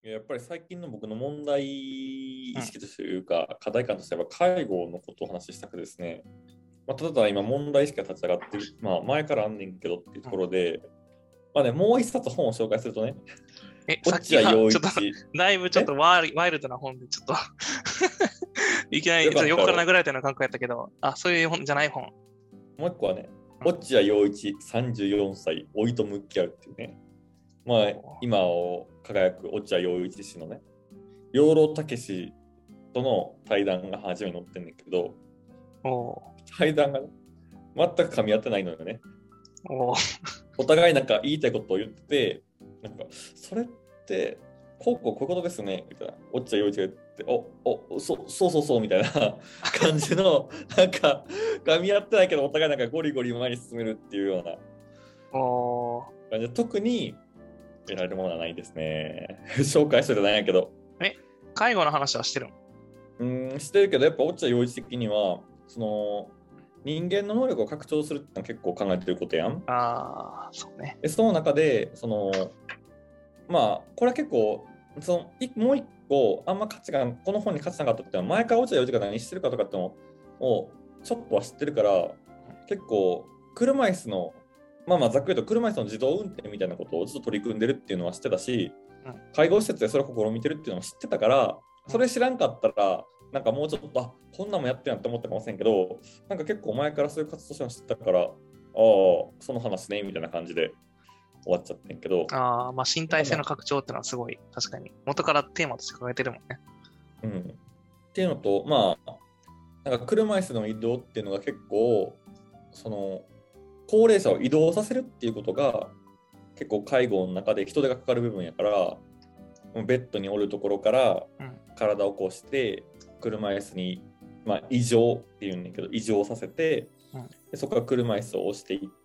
やっぱり最近の僕の問題意識というか、課題感としては介護のことを話したくですね、ただ今問題意識が立ち上がってる、前からあんねんけどっていうところで、もう一冊本を紹介するとね、 さっきはちょっと、だいぶちょっえとワイルドな本で、ちょっといきなりちょっと横から殴られたような感覚やったけど、そういう本じゃない本。 もう一個はね、落合陽一34歳、老いと向き合うっていうね、今を輝く落合陽一氏のね、養老孟司との対談が初めに載ってんねんけど、対談が、ね、全く噛み合ってないのよね。お互いなんか言いたいことを言ってて、なんかそれってこういうことですねみたいな、落合陽一が言って、そうみたいな感じのなんか噛み合ってないけどお互いなんかゴリゴリ前に進めるっていうような感じで、特に得られるものはないですね。紹介するじゃないんやけど。 介護の話はしてるの？してるけど、やっぱ落合陽一的にはその人間の能力を拡張するってのは結構考えてることやん。 そうね。 その中でこれは結構もう一個あんま価値がこの本に価値なかったっていうのは、前から落合陽一が何してるかとかってのをちょっとは知ってるから、結構車椅子のざっくりと車椅子の自動運転みたいなことをずっと取り組んでるっていうのは知ってたし、介護施設でそれを試みてるっていうのも知ってたから、それ知らんかったらなんかもうちょっとこんなんもやってんやって思ったかもしれんけど、なんか結構前からそういう活動しての知ってたから、その話ねみたいな感じで終わっちゃってんけど、 身体性の拡張ってのはすごい確かに元からテーマとして考えてるもんね。 っていうのと、なんか車椅子の移動っていうのが結構高齢者を移動させるっていうことが結構介護の中で人手がかかる部分やから、ベッドにおるところから体を起こして車椅子に、移乗っていうんだけど移乗させて、でそこから車椅子を押していって、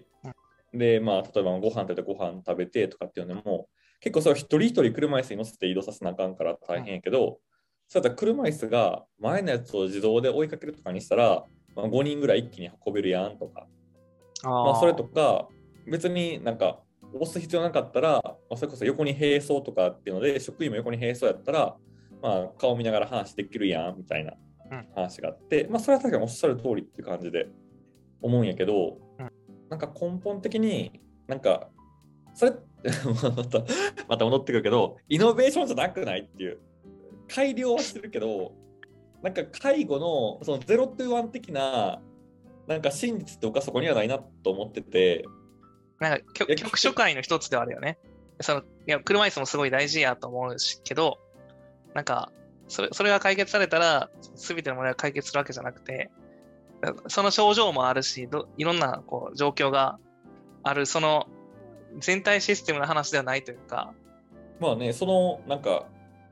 で例えばご飯食べてご飯食べてとかっていうのも結構それを一人一人車椅子に乗せて移動させなあかんから大変やけど、そういった車椅子が前のやつを自動で追いかけるとかにしたら、5人ぐらい一気に運べるやんとか、それとか別になんか押す必要なかったら、それこそ横に並走とかっていうので職員も横に並走やったら、顔見ながら話できるやんみたいな話があって、それは確かにおっしゃる通りっていう感じで思うんやけど、なんか根本的になんかそれまた戻ってくるけど、イノベーションじゃなくないっていう、改良はしてるけど、なんか介護のそのゼロトゥーワン的ななんか真実とかそこにはないなと思ってて、 なんか局所会の一つではあるよね。車椅子もすごい大事やと思うけど、なんかそれが解決されたら全ての問題が解決するわけじゃなくて、その症状もあるし、いろんな状況がある、その全体システムの話ではないというか。 なんか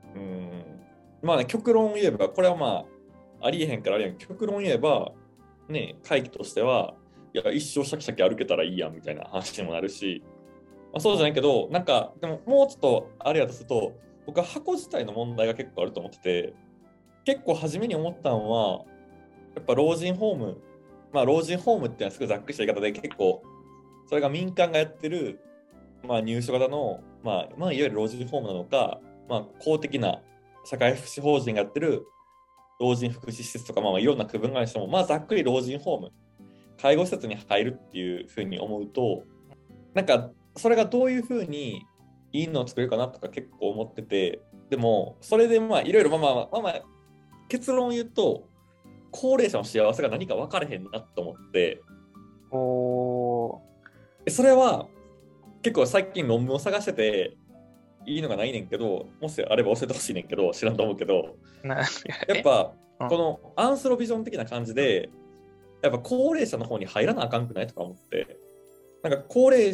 極論言えばこれはありえへんからありえへん、極論言えば会議としてはいや一生シャキシャキ歩けたらいいやんみたいな話にもなるし、そうじゃないけど、なんかでももうちょっとあれやとすると、僕は箱自体の問題が結構あると思ってて、結構初めに思ったのはやっぱ老人ホーム、老人ホームっていうのはすごいざっくりした言い方で、結構それが民間がやってる、入所型の、いわゆる老人ホームなのか、公的な社会福祉法人がやってる老人福祉施設とか、いろんな区分がある人も、ざっくり老人ホーム、介護施設に入るっていうふうに思うと、なんかそれがどういうふうにいいのを作れるかなとか結構思ってて、でもそれでいろいろ結論を言うと、高齢者の幸せが何か分かれへんなと思って、それは結構最近論文を探してていいのがないねんけど、もしあれば教えてほしいねんけど、知らんと思うけど、やっぱこのアンスロビジョン的な感じで、やっぱ高齢者の方に入らなあかんくないとか思って、なんか高齢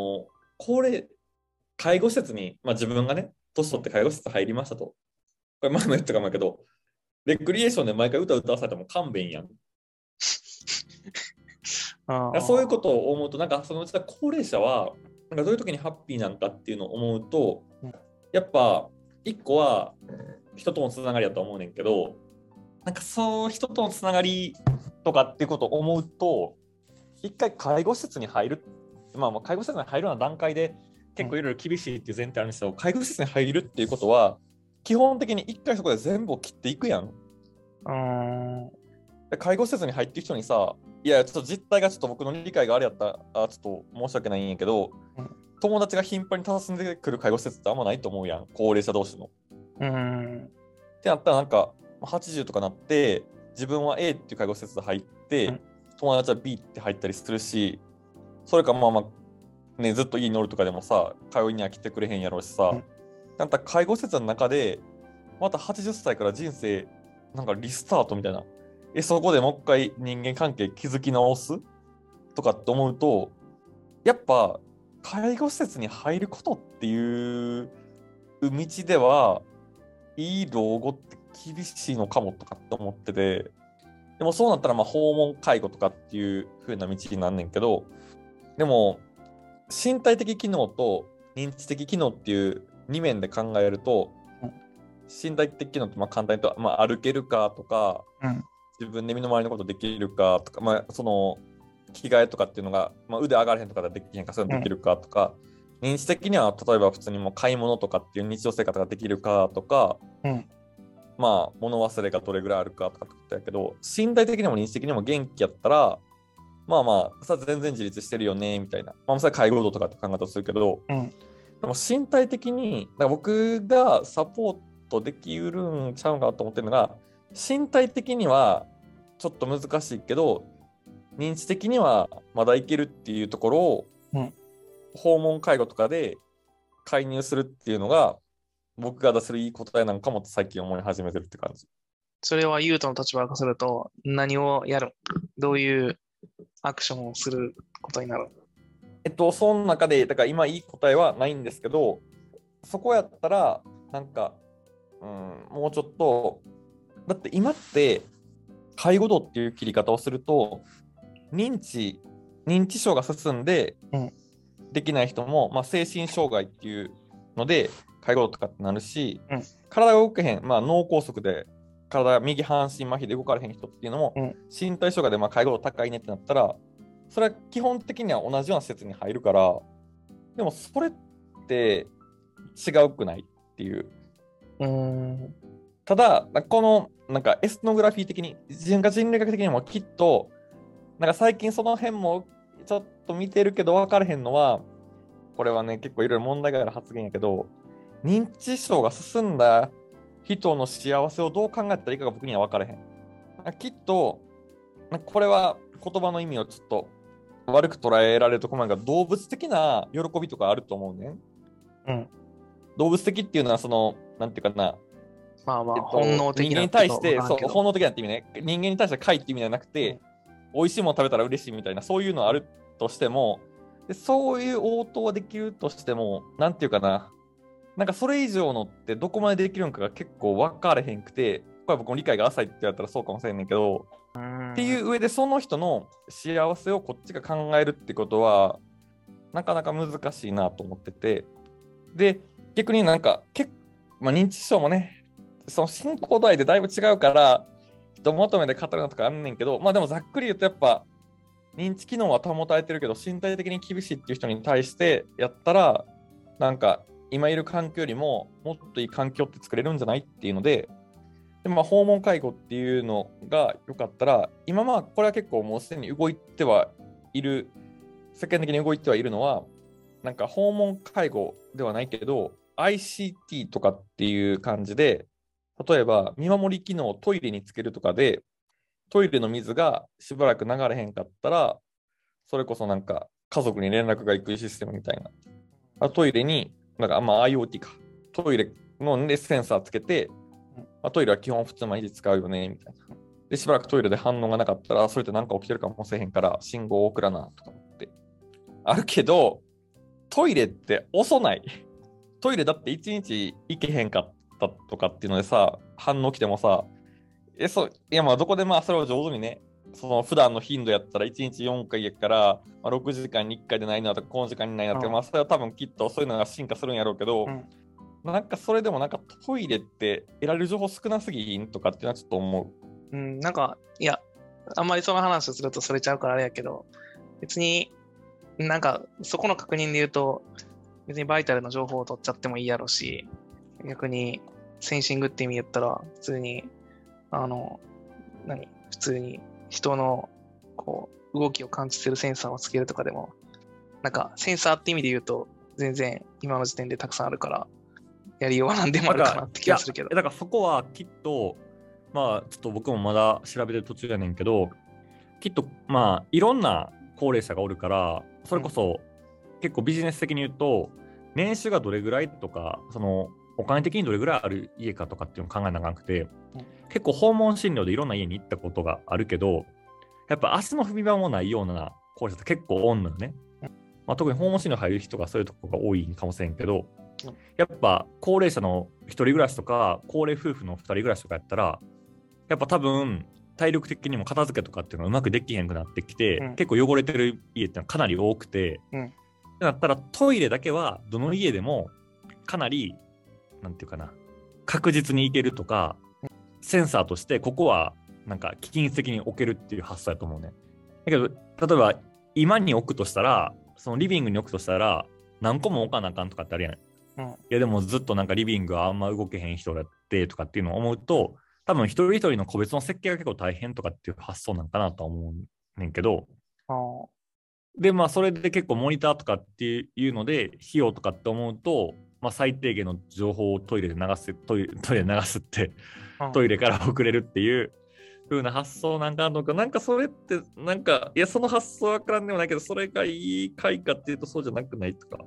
介護施設に、自分がね、年取って介護施設入りましたと。これ前も言ったかもやけど、レクリエーションで毎回歌わされても勘弁やん。そういうことを思うと、なんかそのうちの高齢者はなんかどういう時にハッピーなんかっていうのを思うと、やっぱ一個は人とのつながりだと思うねんけど、なんかそう人とのつながりとかっていうことを思うと、一回介護施設に入る、介護施設に入るような段階で結構いろいろ厳しいっていう前提あるんですよ。介護施設に入るっていうことは、基本的に一回そこで全部を切っていくやん。で介護施設に入ってる人にさ、いや、ちょっと実態がちょっと僕の理解があれやったら、ちょっと申し訳ないんやけど、友達が頻繁に訪ねてくる介護施設ってあんまないと思うやん、高齢者同士の。ってなったらなんか、80とかなって、自分は A っていう介護施設入って、友達は B って入ったりするし、それかね、ずっと家に乗るとかでもさ、通いには来てくれへんやろうしさ、なんか介護施設の中で、また80歳から人生、なんかリスタートみたいな。そこでもう一回人間関係築き直すとかって思うと、やっぱ介護施設に入ることっていう道では、いい老後って厳しいのかもとかって思ってて、でもそうなったら訪問介護とかっていう風な道になんねんけど、でも身体的機能と認知的機能っていう2面で考えると、身体的機能って簡単に言うと、歩けるかとか、自分で身の回りのことできるかとか、その着替えとかっていうのが、腕上がれへんとかでできへんか、そういうのできるかとか、認知的には例えば普通にもう買い物とかっていう日常生活ができるかとか、物忘れがどれぐらいあるかとかってことやけど、身体的にも認知的にも元気やったら、さ全然自立してるよねみたいな、それ介護度とかって考え方するけど、でも身体的に、だから僕がサポートできうるんちゃうかなと思ってるのが、身体的にはちょっと難しいけど、認知的にはまだいけるっていうところを、訪問介護とかで介入するっていうのが、僕が出せるいい答えなのかもって最近思い始めてるって感じ。 それはユウトの立場からすると何をやる？どういうアクションをすることになる？ その中で、だから今いい答えはないんですけど、そこやったら、なんか、もうちょっと、だって今って、介護度っていう切り方をすると、認知症が進んで、できない人も、精神障害っていうので、介護度とかってなるし、体が動けへん、脳梗塞で、右半身麻痺で動かれへん人っていうのも、身体障害で介護度高いねってなったら、それは基本的には同じような施設に入るから、でもそれって違うくないっていう。ただ、このなんかエスノグラフィー的に、人類学的にもきっと、なんか最近その辺もちょっと見てるけど分からへんのは、これはね、結構いろいろ問題がある発言やけど、認知症が進んだ人の幸せをどう考えたらいいかが僕には分からへん。きっと、これは言葉の意味をちょっと悪く捉えられるところが動物的な喜びとかあると思うね。動物的っていうのはなんていうかな、 本能的な人間に対して、本能的なって意味ね。人間に対して快って意味じゃなくて、美味しいもの食べたら嬉しいみたいな、そういうのあるとしても、でそういう応答はできるとしても、なんていうかな、なんかそれ以上のってどこまでできるのかが結構分かれへんくて、これは僕の理解が浅いって言われたらそうかもしれんねんけど、っていう上でその人の幸せをこっちが考えるってことは、なかなか難しいなと思ってて、で、逆になんか、認知症もね、その進行度合いでだいぶ違うから、人求めで語るのとかあんねんけど、でもざっくり言うとやっぱ、認知機能は保たれてるけど、身体的に厳しいっていう人に対してやったら、なんか、今いる環境よりももっといい環境って作れるんじゃないっていうので、訪問介護っていうのがよかったら、今これは結構もうすでに動いてはいる、世間的に動いてはいるのは、なんか訪問介護ではないけど、ICT とかっていう感じで、例えば見守り機能をトイレにつけるとかで、トイレの水がしばらく流れへんかったら、それこそなんか家族に連絡が行くシステムみたいな。トイレに、IoT か。トイレのでセンサーつけて、トイレは基本普通毎日使うよね、みたいな。で、しばらくトイレで反応がなかったら、それってなんか起きてるかもしれへんから、信号を送らな、とかって。あるけど、トイレって遅ない。トイレだって1日行けへんかったとかっていうのでさ、反応来てもさ、どこでそれを上手にね、普段の頻度やったら1日4回やから、6時間に1回でないなとか、この時間にないなとか、それは多分きっとそういうのが進化するんやろうけど、なんかそれでもなんかトイレって得られる情報少なすぎんとかっていうのはちょっと思う。なんか、いや、あんまりその話をするとそれちゃうからあれやけど、別になんかそこの確認で言うと、 別にバイタルの情報を取っちゃってもいいやろうし、逆にセンシングって意味言ったら、普通に、普通に人のこう動きを感知するセンサーをつけるとかでも、なんかセンサーって意味で言うと、全然今の時点でたくさんあるから、やりようは何でもあるかなって気がするけど。 だからそこはきっと、まあちょっと僕もまだ調べてる途中やねんけど、きっとまあいろんな高齢者がおるから、それこそ結構ビジネス的に言うと、年収がどれぐらいとか、そのお金的にどれぐらいある家かとかっていうのを考えなあかんくて、結構訪問診療でいろんな家に行ったことがあるけど、やっぱ足の踏み場もないような高齢者って結構おんのよね。まあ、特に訪問診療入る人がそういうところが多いかもしれんけど、やっぱ高齢者の一人暮らしとか高齢夫婦の二人暮らしとかやったら、やっぱ多分体力的にも片付けとかっていうのがうまくできへんくなってきて、結構汚れてる家ってのはかなり多くて、だったらトイレだけはどの家でもかなりなんていうかな、確実に行けるとか、センサーとしてここはなんか危機的に置けるっていう発想やと思うね。だけど例えば今に置くとしたら、そのリビングに置くとしたら何個も置かなあかんとかってあるやん。いやでもずっとなんかリビングはあんま動けへん人だってとかっていうのを思うと、多分一人一人の個別の設計が結構大変とかっていう発想なんかなとは思うねんけど、でまあそれで結構モニターとかっていうので費用とかって思うと、まあ、最低限の情報をトイレで流すトイレで流すってトイレから送れるっていう風な発想なんかあるのか、なんかそれってなんかいやその発想はわからんでもないけど、それがいい回かっていうとそうじゃなくないとか。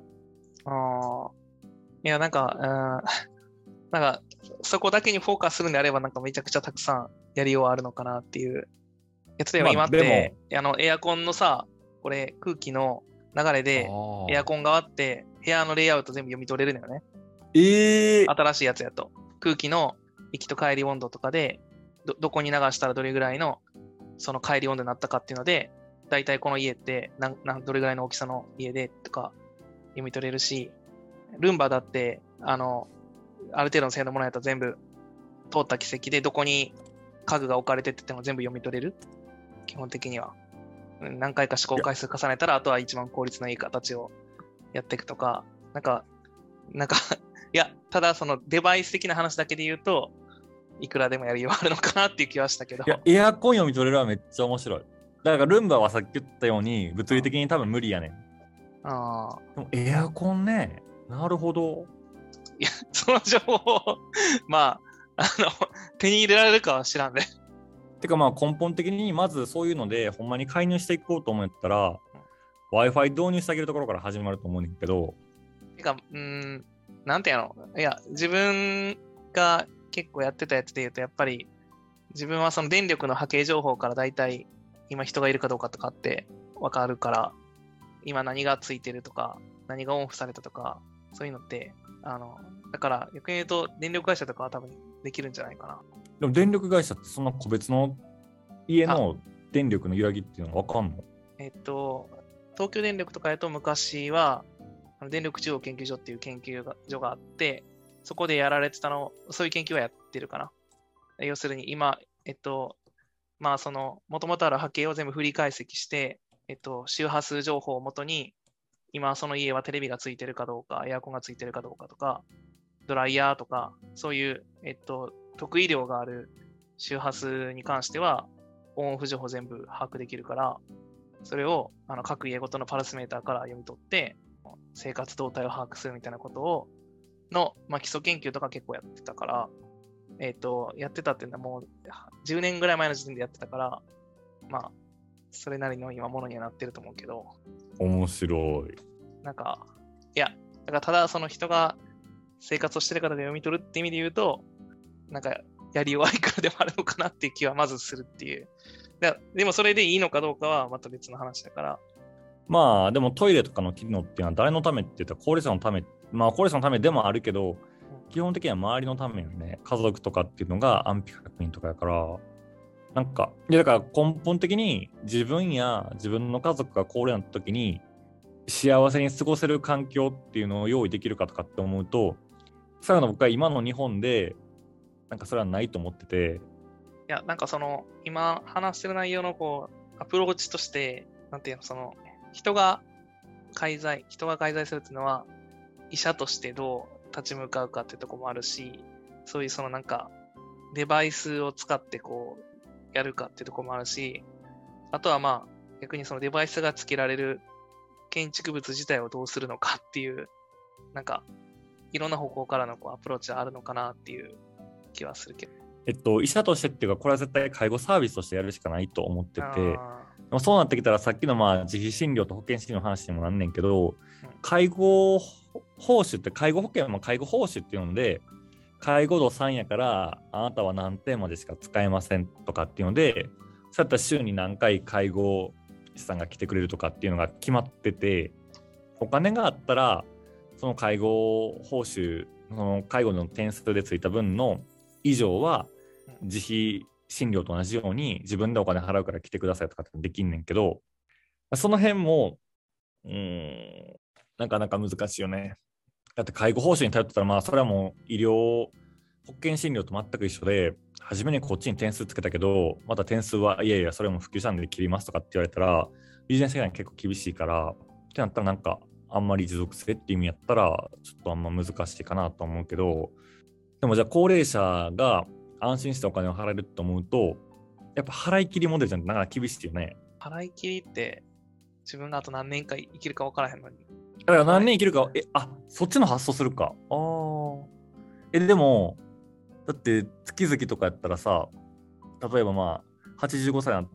いやなんかなんかそこだけにフォーカスするんであれば、なんかめちゃくちゃたくさんやりようはあるのかなっていう。例えば今って、エアコンのさ、これ空気の流れでエアコンがあって部屋のレイアウト全部読み取れるのよね。新しいやつやと空気の行きと帰り温度とかで どこに流したらどれぐらいのその帰り温度になったかっていうので、だいたいこの家ってどれぐらいの大きさの家でとか読み取れるし、ルンバだってある程度の精度のものやったら全部通った軌跡でどこに家具が置かれてってっても全部読み取れる。基本的には何回か試行回数重ねたら、あとは一番効率のいい形をやっていくとか、なんかいや、ただそのデバイス的な話だけで言うと、いくらでもやりようあるのかなっていう気はしたけど。 いや、エアコン読み取れるはめっちゃ面白い。だからルンバはさっき言ったように物理的に多分無理やねん。でもエアコンね、なるほど。 いや、その情報をまあ手に入れられるかは知らんね。 てかまあ根本的にまずそういうのでほんまに介入していこうと思ったら、Wi-Fi 導入してあげるところから始まると思うんだけど。 てか、なんてやろ。いや、自分が結構やってたやつで言うと、やっぱり自分はその電力の波形情報からだいたい今人がいるかどうかとかってわかるから、今何がついてるとか、何がオンオフされたとか、そういうのって、だから逆に言うと電力会社とかは多分できるんじゃないかな。 でも電力会社ってそんな個別の家の電力の揺らぎっていうのは分かんの？ 東京電力とかやと昔は電力中央研究所っていう研究所があって、そこでやられてたそういう研究はやってるかな。要するに今、まあその元々ある波形を全部振り解析して、周波数情報をもとに、今その家はテレビがついてるかどうか、エアコンがついてるかどうかとか、ドライヤーとか、そういう、特異量がある周波数に関しては、オンオフ情報全部把握できるから、それを各家ごとのパルスメーターから読み取って、生活動態を把握するみたいなことまあ、基礎研究とか結構やってたから、やってたっていうのはもう10年ぐらい前の時点でやってたから、まあ、それなりの今ものにはなってると思うけど。 面白い。 なんか、いや、だからただその人が生活をしてる方で読み取るって意味で言うと、なんかやり弱いからでもあるのかなっていう気はまずするっていう。でもそれでいいのかどうかはまた別の話だから。 まあでもトイレとかの機能っていうのは誰のためって言ったら高齢者のため、まあ高齢者のためでもあるけど、基本的には周りのためよね。家族とかっていうのが安否確認とかやから、なんか、だから根本的に自分や自分の家族が高齢になった時に幸せに過ごせる環境っていうのを用意できるかとかって思うと、そういうの僕は今の日本でなんかそれはないと思ってて。 いや、なんかその今話してる内容のこうアプローチとして、なんていうの、その人が介在するっていうのは、 医者としてどう立ち向かうかっていうところもあるし、そういうそのなんかデバイスを使ってこうやるかっていうところもあるし、あとはまあ逆にそのデバイスが付けられる建築物自体をどうするのかっていう、なんかいろんな方向からのこうアプローチはあるのかなっていう気はするけど。 医者としてっていうか、これは絶対介護サービスとしてやるしかないと思ってて、であもそうなってきたらさっきのまあ自費診療と保険診療の話にもなんねんけど、 うん介護報酬って介護保険も介護報酬っていうので、介護度3やからあなたは何点までしか使えませんとかっていうので、そうやったら週に何回介護士さんが来てくれるとかっていうのが決まってて、お金があったらその介護報酬、その介護の点数でついた分の以上は自費診療と同じように自分でお金払うから来てくださいとかってできんねんけど、その辺もなかなか難しいよね。だって介護報酬に頼ってたら、まあそれはもう医療保険診療と全く一緒で、初めにこっちに点数つけたけど、また点数はいやいやそれも普及したんで切りますとかって言われたら、ビジネス的には結構厳しいから、ってなったらなんかあんまり持続性っていう意味やったらちょっとあんま難しいかなと思うけど、でもじゃあ高齢者が安心してお金を払えると思うと、やっぱ払い切りモデルじゃなかなか厳しいよね。 払い切りって自分があと何年か生きるか分からへんのに。 だから何年生きるか、そっちの発想するか。でも、だって月々とかやったらさ、例えばまあ85歳になって、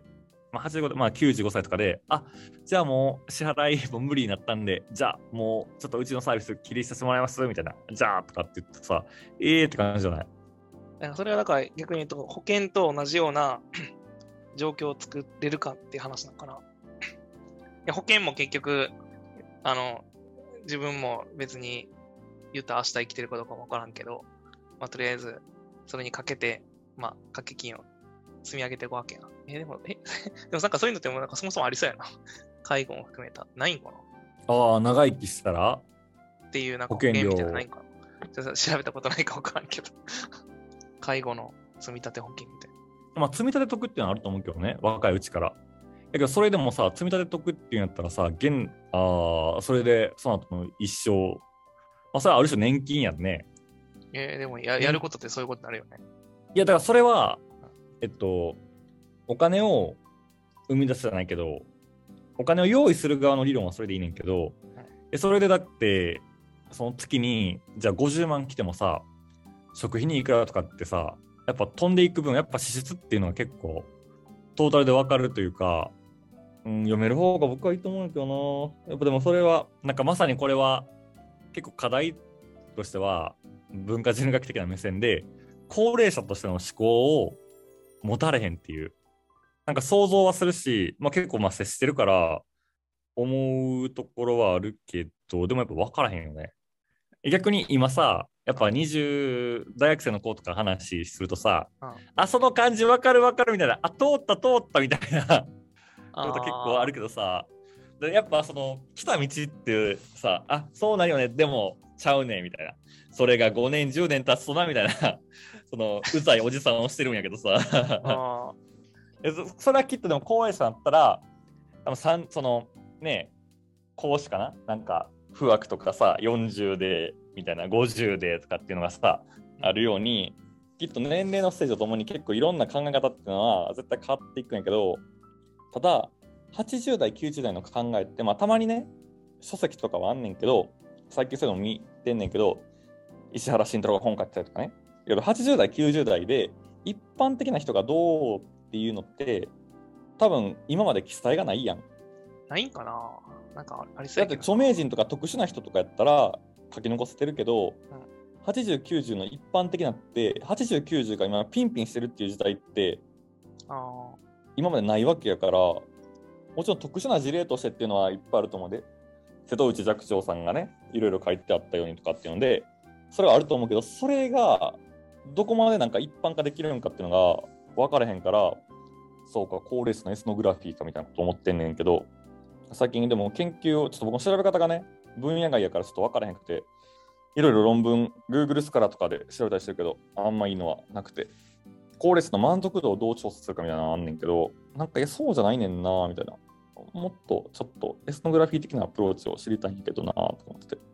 まあ、85まあ95歳とかで、じゃあもう支払いも無理になったんで、じゃあもうちょっとうちのサービス切りさせてもらいますみたいな、じゃあとかって言ってさ、って感じじゃない？ だからそれはだから逆に言うと保険と同じような状況を作れるかっていう話なのかな。いや保険も結局、自分も別に言ったら明日生きてるかどうかもわからんけど、まあとりあえずそれにかけて、まあ掛け金を積み上げていくわけやな。でもなんかそういうのってもなんかそもそもありそうやな。介護も含めた。ないんかな長生きしたらっていうなんか保険料保険みたいなのないんかな。ちょっと調べたことないかわからんけど。介護の積み立て保険みたいな。 まあ積み立て得っていうのはあると思うけどね、若いうちから。だけどそれでもさ、積み立て得っていうんやったらさ、それでその後の一生、まあそれはある種年金やんね。 でもやることってそういうことになるよね。 いやだからそれは、お金を生み出すじゃないけど、お金を用意する側の理論はそれでいいねんけど、それでだって、その月に、じゃあ50万来てもさ、食費にいくらとかってさ、やっぱ飛んでいく分、やっぱ支出っていうのは結構、トータルで分かるというか、読める方が僕はいいと思うんだけどな。やっぱでもそれは、なんかまさにこれは、結構課題としては、文化人類学的な目線で、高齢者としての思考を持たれへんっていう。なんか想像はするし、まあ、結構まあ接してるから思うところはあるけど、でもやっぱ分からへんよね。逆に今さ、やっぱ20大学生の子とか話するとさ、その感じ分かる分かるみたいな、通ったみたいなこと結構あるけどさ、やっぱその来た道ってさ、そうなるよね、でもちゃうねみたいな。それが5年10年経つとなみたいなそのうざいおじさんをしてるんやけどさそれはきっとでも高齢者だったらそのね講師かな、なんか不惑とかさ40でみたいな50でとかっていうのがさあるように、きっと年齢のステージとともに結構いろんな考え方っていうのは絶対変わっていくんやけど、ただ80代90代の考えって、まあ、たまにね書籍とかはあんねんけど、最近そういうの見てんねんけど、石原慎太郎が本書いてたりとかね、80代90代で一般的な人がどうっていうのって多分今まで記載がないやん。 ないんかな。なんかありそうやけど。 だって著名人とか特殊な人とかやったら書き残せてるけど、80、90の一般的なって80、90が今ピンピンしてるっていう時代って今までないわけやから、もちろん特殊な事例としてっていうのはいっぱいあると思うで、瀬戸内寂聴さんがねいろいろ書いてあったようにとかっていうのでそれはあると思うけど、それがどこまでなんか一般化できるのかっていうのが分からへんから、そうか高齢者のエスノグラフィーかみたいなこと思ってんねんけど、最近でも研究をちょっと僕の調べ方がね分野外やからちょっと分からへんくて、いろいろ論文 Google スカラとかで調べたりしてるけどあんまいいのはなくて、高齢者の満足度をどう調査するかみたいなのあんねんけど、なんかそうじゃないねんなみたいな、もっとちょっとエスノグラフィー的なアプローチを知りたいんやけどなと思ってて。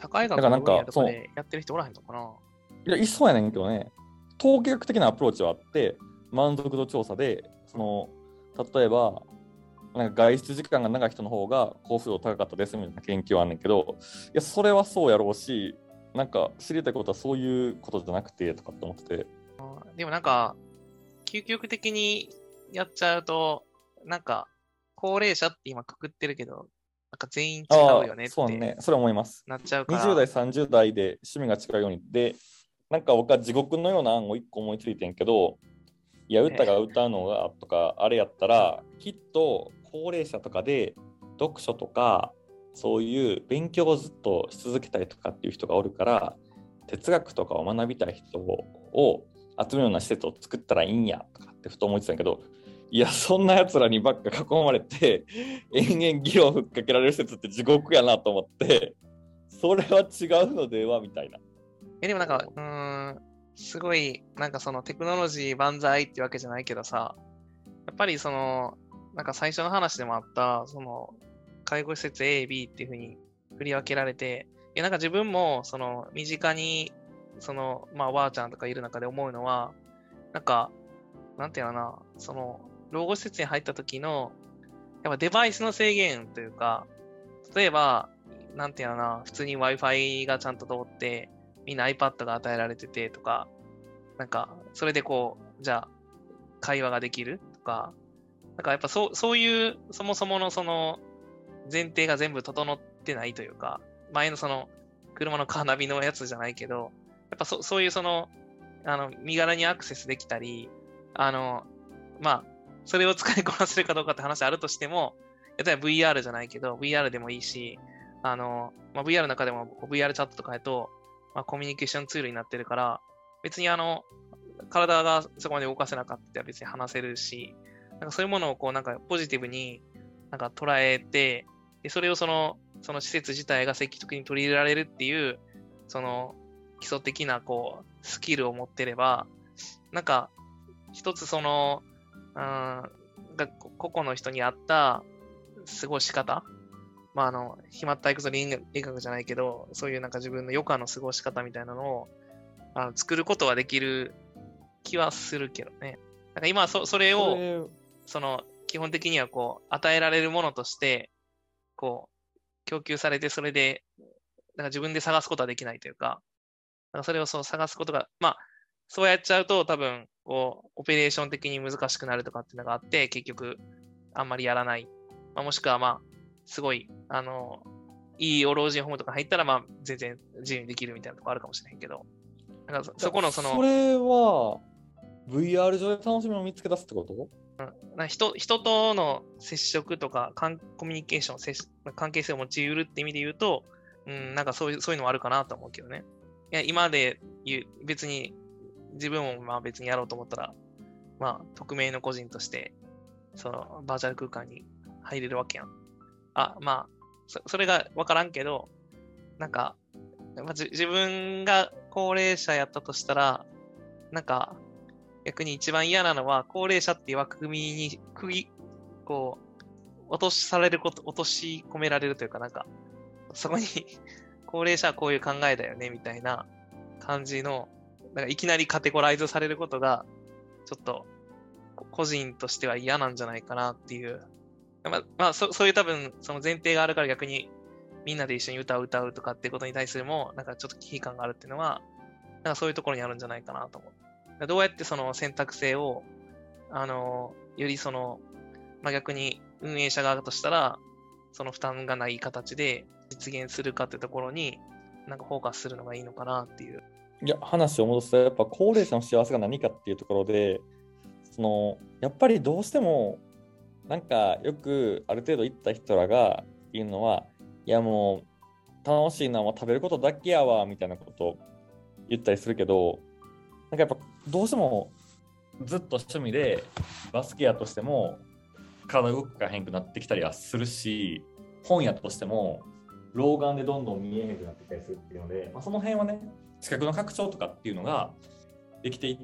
社会学だからなんかの分野とかでやってる人おらへんのかな。 いや、いそうやねんけどね、統計学的なアプローチはあって、満足度調査で、例えば、なんか外出時間が長い人の方が幸福度高かったですみたいな研究はあんねんけど、いや、それはそうやろうし、なんか知りたいことはそういうことじゃなくてとかって思ってて。 でもなんか、究極的にやっちゃうと、なんか、高齢者って今くくってるけど、なんか全員違うよねってそうね、それ思います。 なっちゃうか 20 ら、 代、30代で趣味が違うように。で、なんか僕は地獄のような案を1個思いついてんけど、いや、歌が歌うのがとか、あれやったら、きっと高齢者とかで読書とか、そういう勉強をずっとし続けたいとかっていう人がおるから、哲学とかを学びたい人を集めるような施設を作ったらいいんやとかってふと思ってたんやけど、いや、そんな奴らにばっか囲まれて、延々議論をふっかけられる施設って地獄やなと思って、それは違うのではみたいな。 でもなんか、すごい、なんかそのテクノロジー万歳ってわけじゃないけどさ、やっぱりその、なんか最初の話でもあった、その、介護施設 A、B っていう風に振り分けられて、なんか自分も、その、身近に、その、まあ、おばあちゃんとかいる中で思うのは、なんか、なんていうのかな、その、老後施設に入った時の、やっぱデバイスの制限というか、例えば、なんていうのかな、普通に Wi-Fi がちゃんと通って、みんな iPad が与えられててとか、なんか、それでこう、じゃあ、会話ができるとか、なんかやっぱそういう、そもそものその、前提が全部整ってないというか、前のその、車のカーナビのやつじゃないけど、やっぱそういうその、身柄にアクセスできたり、まあ、それを使いこなせるかどうかって話あるとしても、例えば VR じゃないけど、VR でもいいし、まあ、VR の中でも VR チャットとかやと、まあ、コミュニケーションツールになってるから、別に体がそこまで動かせなかったら別に話せるし、なんかそういうものをこうなんかポジティブになんか捉えて、でそれをその施設自体が積極的に取り入れられるっていう、その基礎的なこうスキルを持ってれば、なんか一つその、が個々の人に合った過ごし方、まあ暇ったいくぞ理学じゃないけど、そういうなんか自分の余暇の過ごし方みたいなのを作ることはできる気はするけどね。なんか今はそれを、基本的にはこう、与えられるものとして、こう、供給されて、それで、なんか自分で探すことはできないというか、なんかそれをそう探すことが、まあ、そうやっちゃうと多分、こう、オペレーション的に難しくなるとかっていうのがあって、結局、あんまりやらない。まあ、もしくは、まあ、すごい、いい老人ホームとか入ったら、まあ、全然自由にできるみたいなとこあるかもしれへんけど、なんかそこのそれは、VR 上で楽しみを見つけ出すってこと？ 人との接触とかコミュニケーション、関係性を持ち得るって意味で言うと、なんかそういうのもあるかなと思うけどね。いや、今で言う、別に自分もまあ別にやろうと思ったら、まあ匿名の個人として、そのバーチャル空間に入れるわけやん。まあ、それがわからんけど、なんか、自分が高齢者やったとしたら、なんか、逆に一番嫌なのは、高齢者っていう枠組みにこう、落とし込められるというか、なんか、そこに高齢者はこういう考えだよね、みたいな感じの、なんかいきなりカテゴライズされることが、ちょっと、個人としては嫌なんじゃないかなっていう。そういう多分、その前提があるから逆に、みんなで一緒に歌を歌うとかっていうことに対するも、なんかちょっと危機感があるっていうのは、なんかそういうところにあるんじゃないかなと思う。どうやってその選択性を、よりその、まあ、逆に運営者側としたら、その負担がない形で実現するかってところに、なんかフォーカスするのがいいのかなっていう。 いや、話を戻すと、やっぱ高齢者の幸せが何かっていうところで、やっぱりどうしても、なんかよくある程度行った人らが言うのは、いやもう楽しいのは食べることだけやわみたいなことを言ったりするけど、なんかやっぱどうしてもずっと趣味でバスケやとしても体動かへんくなってきたりはするし、本屋としても老眼でどんどん見えへんくなってきたりするっていうので、その辺はね、視覚の拡張とかっていうのができていって、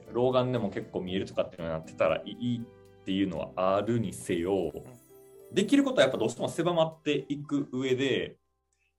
老眼でも結構見えるとかっていうのになってたらいいっていうのはあるにせよ、できることはやっぱどうしても狭まっていく上で、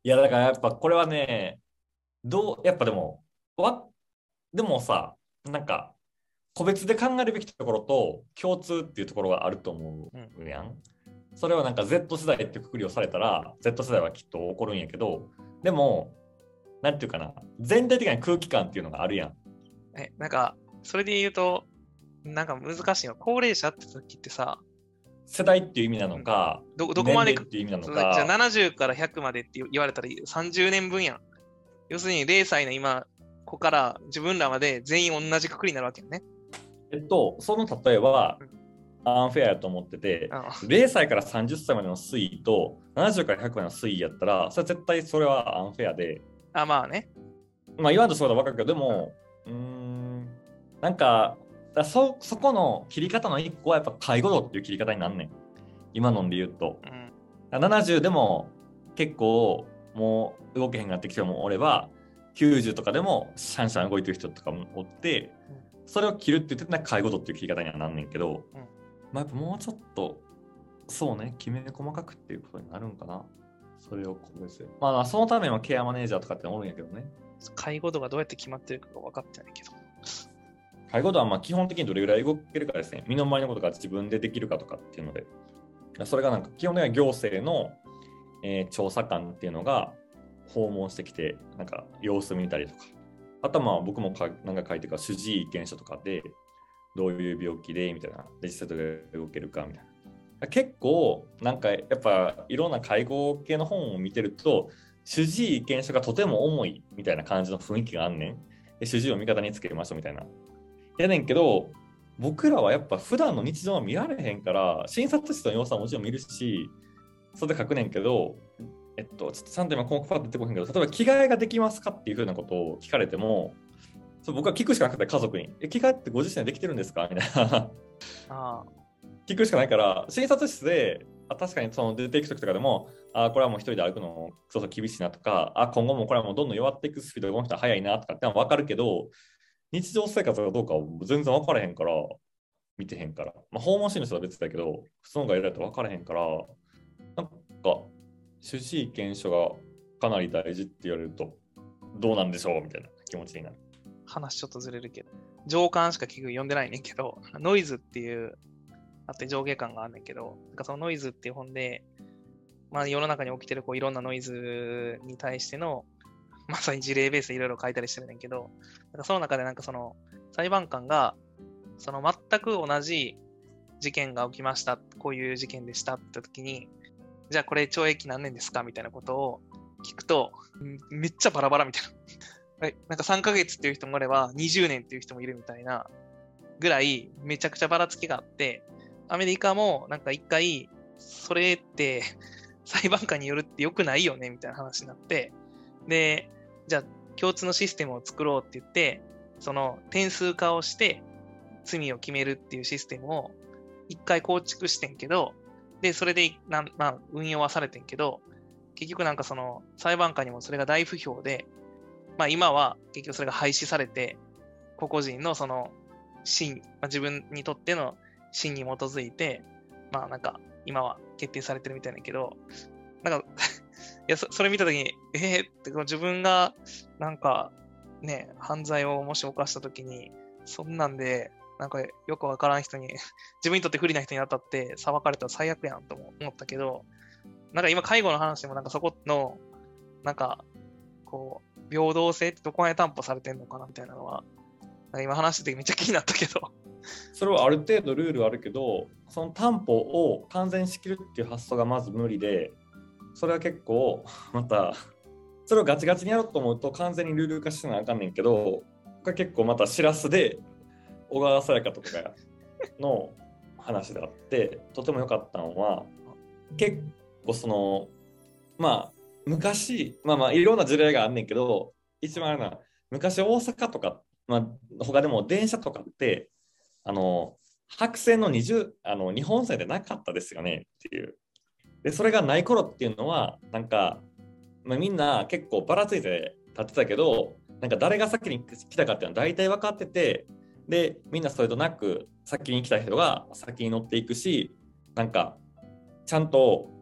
いや、だからやっぱこれはね、やっぱでも、でもさ、なんか、個別で考えるべきところと共通っていうところがあると思うん。 うやん。それはなんか Z 世代ってくくりをされたら、Z 世代はきっと起こるんやけど、でも、なんていうかな、全体的な空気感っていうのがあるやん。 なんか、それで言うと、なんか難しいの。高齢者って時ってさ、 世代っていう意味なうん、 のか、 どこ年までか、 齢っていう意味なのじゃあか、 70から100までって言われたら30年分やん。要するに0歳の今、子から自分らまで全員同じくくりになるわけよね。 その例えはうん。 アンフェアやと思ってて、 あ 0歳から30歳までの推移と70から100までの推移やったら、それはアンフェアで、 まあね。 まあ言わんとそうだ分かるけど、でうん。 も、なんか、そこの切り方の一個はやっぱ介護度っていう切り方になんねん。今のんで言うと。 うん。 70でも結構もう動けへんなってきてもおれば、90とかでもシャンシャン動いてる人とかもおって、それを切るって言ってたら介護度っていう切り方にはなんねんけど、 うん。 まあ、やっぱもうちょっと、そうね、きめ細かくっていうことになるんかな。それを個別で。まあ、そのためのケアマネージャーとかっておるんやけどね。 介護度がどうやって決まってるかが分かってないけど。 介護度はまあ基本的にどれぐらい動けるかですね。身の回りのことが自分でできるかとかっていうので。それがなんか基本的には行政の、調査官っていうのが訪問してきて、なんか様子見たりとか。あとはまあ僕もなんか書いてるから主治医意見書とかで、どういう病気でみたいな。で、実際どれぐらい動けるかみたいな。結構、なんかやっぱいろんな介護系の本を見てると、主治医意見書がとても重いみたいな感じの雰囲気があんねん。で、主治医を味方につけましょうみたいな。やねんけど、僕らはやっぱ普段の日常は見られへんから、診察室の様子はもちろん見るし、それで書くねんけど、ちょっとちゃんと今項目パッと出てこへんけど、例えば着替えができますかっていうふうなことを聞かれても、僕は聞くしかなくて家族に、着替えってご自身でできてるんですかみたいな。 あ聞くしかないから、診察室で、確かにその出ていく時とかでも、これはもう一人で歩くのそうそう厳しいなとか、今後もこれはもうどんどん弱っていくスピードがこの人は速いなとかってのは分かるけど、日常生活がどうかは全然分からへんから、見てへんから。まあ、訪問診療は別だけど、普通のがやられたら分からへんから、なんか、主治医検書がかなり大事って言われると、どうなんでしょうみたいな気持ちになる。 話ちょっとずれるけど。上巻しか聞く読んでないねんけど、ノイズっていうあって上下感があんねんけど、なんかそのノイズっていう本で、まあ世の中に起きてるこういろんなノイズに対しての、まさに事例ベースでいろいろ書いたりしてるねんけど、なんかその中でなんかその裁判官が、その全く同じ事件が起きました、こういう事件でしたって時に、じゃあこれ懲役何年ですかみたいなことを聞くと、めっちゃバラバラみたいな。なんか3ヶ月っていう人もいれば20年っていう人もいるみたいなぐらいめちゃくちゃばらつきがあって、アメリカもなんか一回、それって裁判官によるって良くないよねみたいな話になって、で、じゃあ共通のシステムを作ろうって言って、その点数化をして罪を決めるっていうシステムを一回構築してんけど、で、それでまあ、運用はされてんけど、結局なんかその裁判官にもそれが大不評で、まあ今は結局それが廃止されて、個々人のその真、自分にとっての真に基づいて、まあなんか今は決定されてるみたいだけど、なんかいやそれ見たときに、って自分がなんかね、犯罪をもし犯したときに、そんなんで、なんかよくわからん人に自分にとって不利な人に当たって裁かれたら最悪やんと思ったけど、なんか今介護の話でもなんかそこの、なんかこう、平等性ってどこまで担保されてんのかなみたいなのは、今話しててめっちゃ気になったけど。 それはある程度ルールはあるけど、その担保を完全に仕切るっていう発想がまず無理で、それは結構、また、それをガチガチにやろうと思うと完全にルール化してなあかんねんけど、これ結構またしらすで、小川さやかとかの話であって、とても良かったのは、結構その、まあ、昔、いろんな事例があんねんけど、一番あるのは、昔大阪とか、他でも電車とかって、あの、白線の日本線でなかったですよねっていう。で、それがない頃っていうのは、なんか、みんな結構ばらついて立ってたけど、なんか誰が先に来たかっていうのは大体分かってて、で、みんなそれとなく先に来た人が先に乗っていくし、なんか、ちゃんと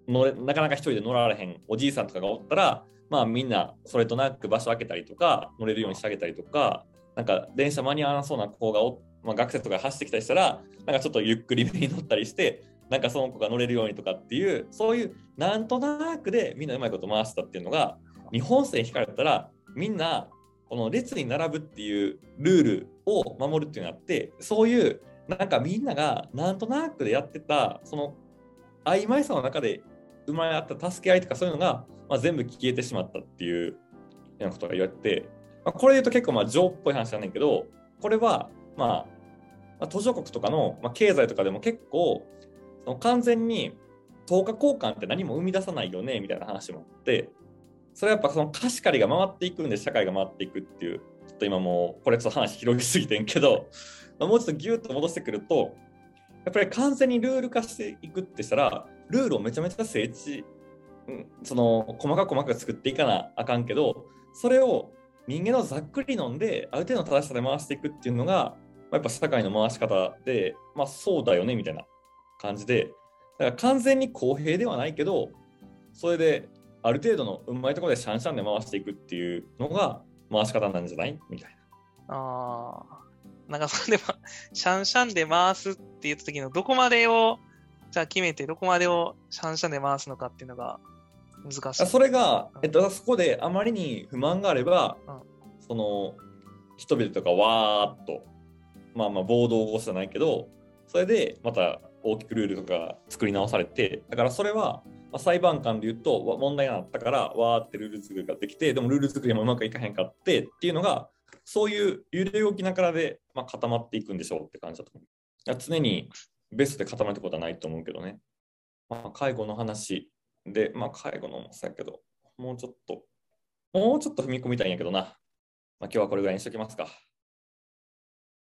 なかなか一人で乗られへんおじいさんとかがおったら、まあみんなそれとなく場所開けたりとか、乗れるようにしてあげたりとか、なんか電車間に合わなそうな子がまあ、学生とか走ってきたりしたら、なんかちょっとゆっくりめに乗ったりして、なんかその子が乗れるようにとかっていう、そういうなんとなくでみんなうまいこと回したっていうのが、日本線引かれたら、みんなこの列に並ぶっていうルールを守るっていうのがあって、そういうなんかみんながなんとなくでやってた、その曖昧さの中で生まれあった助け合いとかそういうのが、まあ、全部消えてしまったっていうようなことが言われて、まあ、これで言うと結構まあ情っぽい話なんだけど、これはまあ途上国とかの、まあ、経済とかでも結構その完全に等価交換って何も生み出さないよねみたいな話もあって、それはやっぱその貸し借りが回っていくんで社会が回っていくっていう、ちょっと今もうこれちょっと話広げすぎてんけど、まあ、もうちょっとギュッと戻してくると、やっぱり完全にルール化していくってしたら、ルールをめちゃめちゃその細かく細かく作っていかなあかんけど、それを人間のざっくり飲んで、ある程度の正しさで回していくっていうのが、まあ、やっぱ社会の回し方で、まあそうだよねみたいな感じで、だから完全に公平ではないけど、それである程度のうまいところでシャンシャンで回していくっていうのが回し方なんじゃないみたいな。 ああ。なんかそれで、シャンシャンで回すって言った時のどこまでを、じゃあ決めてどこまでをシャンシャンで回すのかっていうのが難しい。 それが、そこであまりに不満があれば、その人々とかわーっと、まあまあ暴動を起こすじゃないけど、それでまた大きくルールとか作り直されて、だからそれは、まあ、裁判官で言うと問題があったからわーってルール作りができて、でもルール作りもうまくいかへんかってっていうのが、そういう揺れ動きながらで、まあ、固まっていくんでしょうって感じだと思う。常にベストで固まるってことはないと思うけどね。まあ、介護の話で、まあ、介護のもそうやけど、もうちょっと踏み込みたいんやけどな。まあ、今日はこれぐらいにしときますか。